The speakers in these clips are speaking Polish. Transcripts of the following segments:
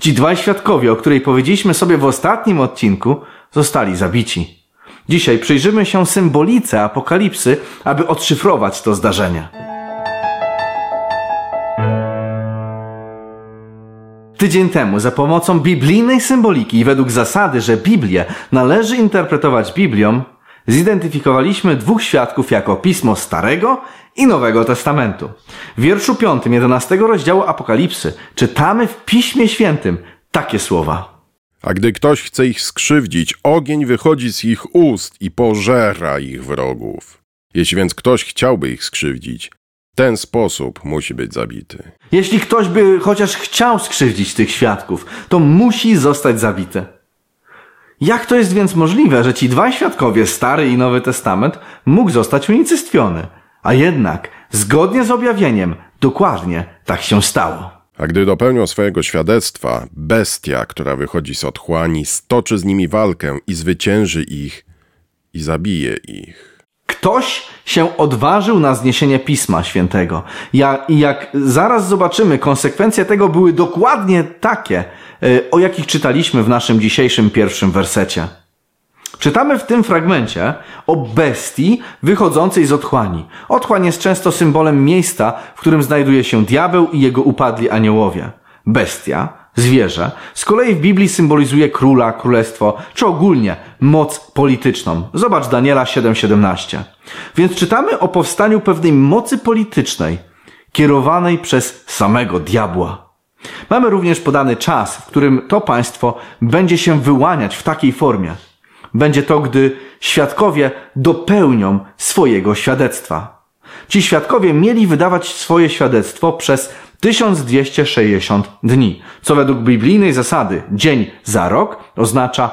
Ci dwaj świadkowie, o której powiedzieliśmy sobie w ostatnim odcinku, zostali zabici. Dzisiaj przyjrzymy się symbolice Apokalipsy, aby odszyfrować to zdarzenie. Tydzień temu za pomocą biblijnej symboliki i według zasady, że Biblię należy interpretować Biblią, zidentyfikowaliśmy dwóch świadków jako Pismo Starego i Nowego Testamentu. W wierszu 5, 11 rozdziału Apokalipsy czytamy w Piśmie Świętym takie słowa. A gdy ktoś chce ich skrzywdzić, ogień wychodzi z ich ust i pożera ich wrogów. Jeśli więc ktoś chciałby ich skrzywdzić, w ten sposób musi być zabity. Jeśli ktoś by chociaż chciał skrzywdzić tych świadków, to musi zostać zabity. Jak to jest więc możliwe, że ci dwaj świadkowie, Stary i Nowy Testament, mógł zostać unicestwiony? A jednak, zgodnie z objawieniem, dokładnie tak się stało. A gdy dopełnią swojego świadectwa, bestia, która wychodzi z otchłani, stoczy z nimi walkę i zwycięży ich i zabije ich. Ktoś się odważył na zniesienie Pisma Świętego. I jak zaraz zobaczymy, konsekwencje tego były dokładnie takie, o jakich czytaliśmy w naszym dzisiejszym pierwszym wersecie. Czytamy w tym fragmencie o bestii wychodzącej z otchłani. Otchłań jest często symbolem miejsca, w którym znajduje się diabeł i jego upadli aniołowie. Bestia, zwierzę, z kolei w Biblii symbolizuje króla, królestwo, czy ogólnie moc polityczną. Zobacz Daniela 7:17. Więc czytamy o powstaniu pewnej mocy politycznej, kierowanej przez samego diabła. Mamy również podany czas, w którym to państwo będzie się wyłaniać w takiej formie. Będzie to, gdy świadkowie dopełnią swojego świadectwa. Ci świadkowie mieli wydawać swoje świadectwo przez 1260 dni, co według biblijnej zasady dzień za rok oznacza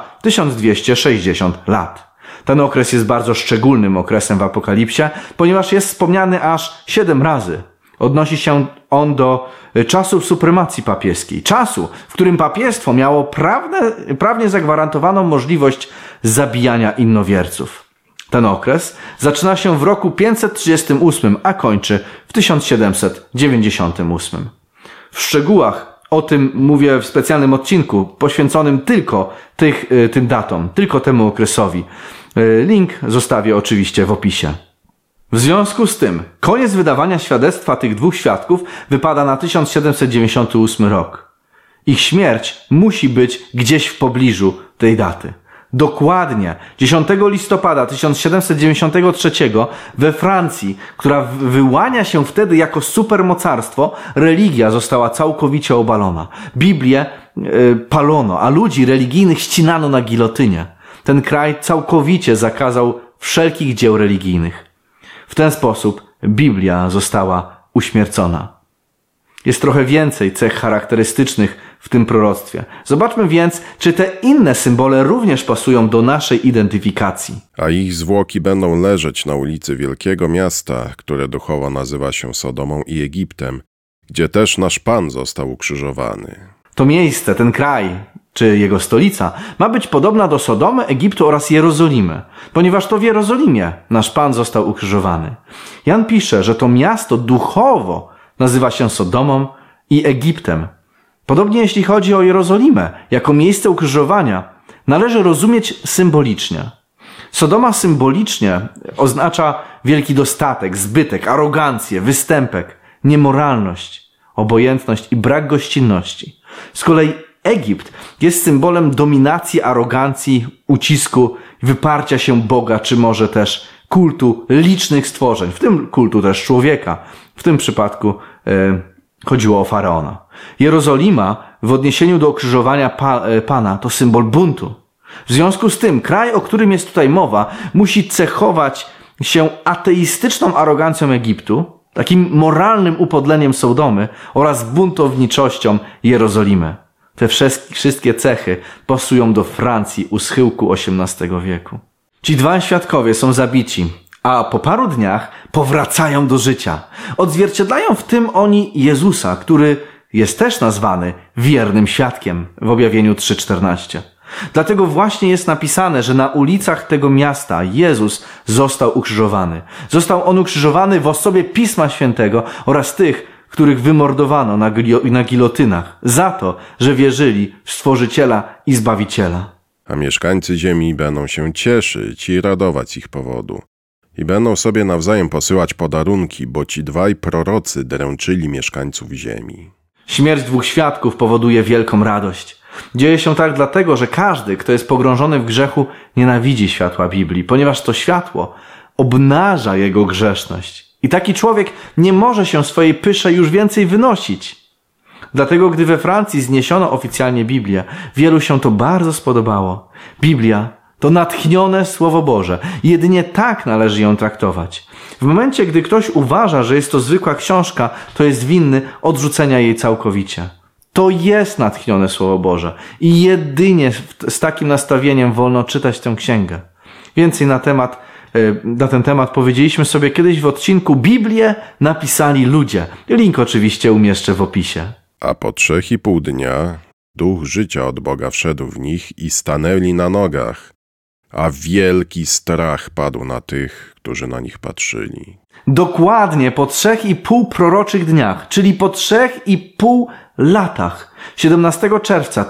1260 lat. Ten okres jest bardzo szczególnym okresem w Apokalipsie, ponieważ jest wspomniany aż 7 razy. Odnosi się on do czasów supremacji papieskiej. Czasu, w którym papiestwo miało prawnie zagwarantowaną możliwość zabijania innowierców. Ten okres zaczyna się w roku 538, a kończy w 1798. W szczegółach o tym mówię w specjalnym odcinku poświęconym tylko tym datom, tylko temu okresowi. Link zostawię oczywiście w opisie. W związku z tym koniec wydawania świadectwa tych dwóch świadków wypada na 1798 rok. Ich śmierć musi być gdzieś w pobliżu tej daty. Dokładnie 10 listopada 1793 we Francji, która wyłania się wtedy jako supermocarstwo, religia została całkowicie obalona. Biblię palono, a ludzi religijnych ścinano na gilotynie. Ten kraj całkowicie zakazał wszelkich dzieł religijnych. W ten sposób Biblia została uśmiercona. Jest trochę więcej cech charakterystycznych w tym proroctwie. Zobaczmy więc, czy te inne symbole również pasują do naszej identyfikacji. A ich zwłoki będą leżeć na ulicy wielkiego miasta, które duchowo nazywa się Sodomą i Egiptem, gdzie też nasz Pan został ukrzyżowany. To miejsce, ten kraj, czy jego stolica, ma być podobna do Sodomy, Egiptu oraz Jerozolimy, ponieważ to w Jerozolimie nasz Pan został ukrzyżowany. Jan pisze, że to miasto duchowo nazywa się Sodomą i Egiptem. Podobnie jeśli chodzi o Jerozolimę, jako miejsce ukrzyżowania, należy rozumieć symbolicznie. Sodoma symbolicznie oznacza wielki dostatek, zbytek, arogancję, występek, niemoralność, obojętność i brak gościnności. Z kolei Egipt jest symbolem dominacji, arogancji, ucisku, wyparcia się Boga, czy może też kultu licznych stworzeń, w tym kultu też człowieka. W tym przypadku chodziło o faraona. Jerozolima w odniesieniu do ukrzyżowania Pana to symbol buntu. W związku z tym kraj, o którym jest tutaj mowa, musi cechować się ateistyczną arogancją Egiptu, takim moralnym upodleniem Sodomy oraz buntowniczością Jerozolimy. Te wszystkie cechy pasują do Francji u schyłku XVIII wieku. Ci dwaj świadkowie są zabici, a po paru dniach powracają do życia. Odzwierciedlają w tym oni Jezusa, który jest też nazwany wiernym świadkiem w Objawieniu 3:14. Dlatego właśnie jest napisane, że na ulicach tego miasta Jezus został ukrzyżowany. Został on ukrzyżowany w osobie Pisma Świętego oraz tych, których wymordowano na gilotynach za to, że wierzyli w Stworzyciela i Zbawiciela. A mieszkańcy ziemi będą się cieszyć i radować z ich powodu. I będą sobie nawzajem posyłać podarunki, bo ci dwaj prorocy dręczyli mieszkańców ziemi. Śmierć dwóch świadków powoduje wielką radość. Dzieje się tak dlatego, że każdy, kto jest pogrążony w grzechu, nienawidzi światła Biblii, ponieważ to światło obnaża jego grzeszność. I taki człowiek nie może się swojej pysze już więcej wynosić. Dlatego, gdy we Francji zniesiono oficjalnie Biblię, wielu się to bardzo spodobało. Biblia to natchnione Słowo Boże. Jedynie tak należy ją traktować. W momencie, gdy ktoś uważa, że jest to zwykła książka, to jest winny odrzucenia jej całkowicie. To jest natchnione Słowo Boże i jedynie z takim nastawieniem wolno czytać tę księgę. Więcej na ten temat powiedzieliśmy sobie kiedyś w odcinku Biblię napisali ludzie. Link oczywiście umieszczę w opisie. A po 3,5 dnia duch życia od Boga wszedł w nich i stanęli na nogach, a wielki strach padł na tych, którzy na nich patrzyli. Dokładnie po 3,5 proroczych dniach, czyli po 3,5 latach. 17 czerwca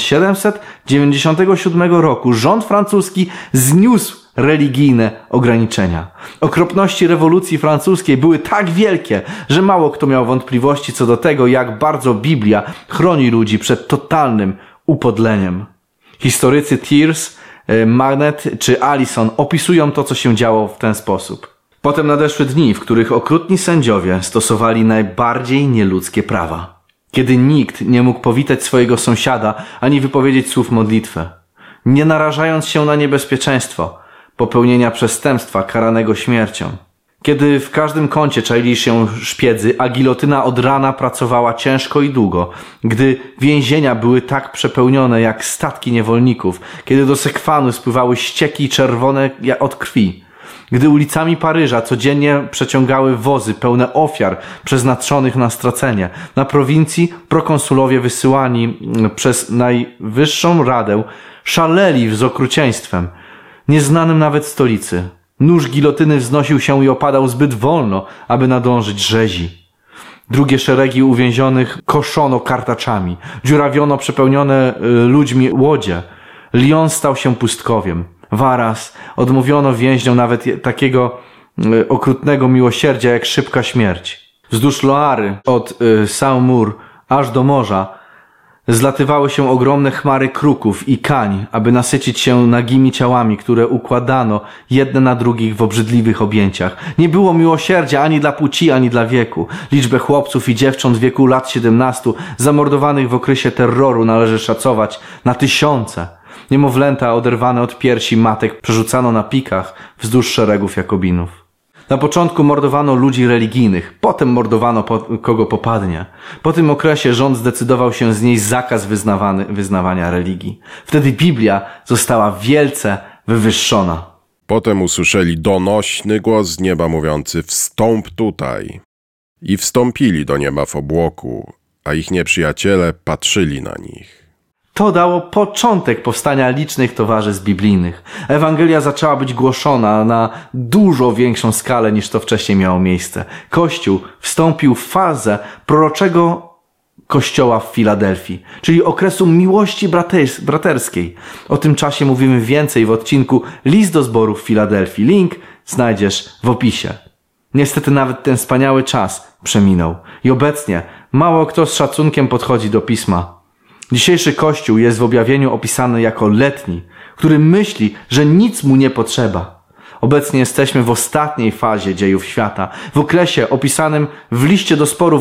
1797 roku rząd francuski zniósł religijne ograniczenia. Okropności rewolucji francuskiej były tak wielkie, że mało kto miał wątpliwości co do tego, jak bardzo Biblia chroni ludzi przed totalnym upodleniem. Historycy Thiers, Magnet czy Allison opisują to, co się działo w ten sposób. Potem nadeszły dni, w których okrutni sędziowie stosowali najbardziej nieludzkie prawa. Kiedy nikt nie mógł powitać swojego sąsiada ani wypowiedzieć słów modlitwy, nie narażając się na niebezpieczeństwo popełnienia przestępstwa karanego śmiercią. Kiedy w każdym kącie czaili się szpiedzy, a gilotyna od rana pracowała ciężko i długo, gdy więzienia były tak przepełnione jak statki niewolników, kiedy do Sekwanu spływały ścieki czerwone od krwi, gdy ulicami Paryża codziennie przeciągały wozy pełne ofiar przeznaczonych na stracenie. Na prowincji prokonsulowie wysyłani przez Najwyższą Radę szaleli z okrucieństwem, nieznanym nawet stolicy. Nóż gilotyny wznosił się i opadał zbyt wolno, aby nadążyć rzezi. Drugie szeregi uwięzionych koszono kartaczami. Dziurawiono przepełnione ludźmi łodzie. Lyon stał się pustkowiem. Waraz odmówiono więźniom nawet takiego okrutnego miłosierdzia jak szybka śmierć. Wzdłuż Loary od Saumur aż do morza zlatywały się ogromne chmary kruków i kań, aby nasycić się nagimi ciałami, które układano jedne na drugich w obrzydliwych objęciach. Nie było miłosierdzia ani dla płci, ani dla wieku. Liczbę chłopców i dziewcząt w wieku lat 17 zamordowanych w okresie terroru należy szacować na tysiące. Niemowlęta oderwane od piersi matek przerzucano na pikach wzdłuż szeregów Jakobinów. Na początku mordowano ludzi religijnych, potem mordowano kogo popadnie. Po tym okresie rząd zdecydował się znieść zakaz wyznawania religii. Wtedy Biblia została wielce wywyższona. Potem usłyszeli donośny głos z nieba mówiący: wstąp tutaj. I wstąpili do nieba w obłoku, a ich nieprzyjaciele patrzyli na nich. To dało początek powstania licznych towarzystw biblijnych. Ewangelia zaczęła być głoszona na dużo większą skalę niż to wcześniej miało miejsce. Kościół wstąpił w fazę proroczego kościoła w Filadelfii, czyli okresu miłości braterskiej. O tym czasie mówimy więcej w odcinku List do zborów w Filadelfii. Link znajdziesz w opisie. Niestety nawet ten wspaniały czas przeminął i obecnie mało kto z szacunkiem podchodzi do Pisma. Dzisiejszy Kościół jest w objawieniu opisany jako letni, który myśli, że nic mu nie potrzeba. Obecnie jesteśmy w ostatniej fazie dziejów świata, w okresie opisanym w liście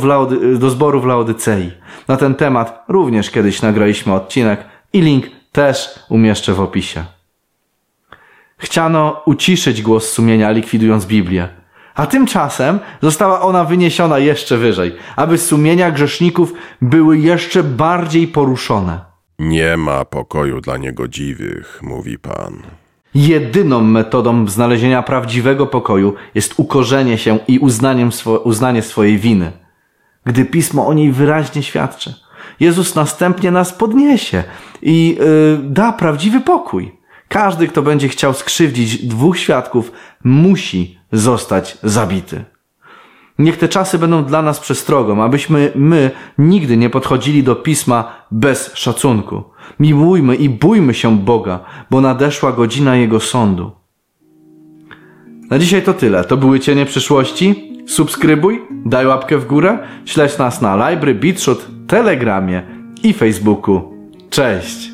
do zboru w Laodycei. Na ten temat również kiedyś nagraliśmy odcinek i link też umieszczę w opisie. Chciano uciszyć głos sumienia, likwidując Biblię. A tymczasem została ona wyniesiona jeszcze wyżej, aby sumienia grzeszników były jeszcze bardziej poruszone. Nie ma pokoju dla niegodziwych, mówi Pan. Jedyną metodą znalezienia prawdziwego pokoju jest ukorzenie się i uznanie swojej winy, gdy Pismo o niej wyraźnie świadczy. Jezus następnie nas podniesie i da prawdziwy pokój. Każdy, kto będzie chciał skrzywdzić dwóch świadków, musi zostać zabity. Niech te czasy będą dla nas przestrogą, abyśmy my nigdy nie podchodzili do Pisma bez szacunku. Miłujmy i bójmy się Boga, bo nadeszła godzina Jego sądu. Na dzisiaj to tyle. To były Cienie Przyszłości. Subskrybuj, daj łapkę w górę, śledź nas na Library, BitChute, Telegramie i Facebooku. Cześć!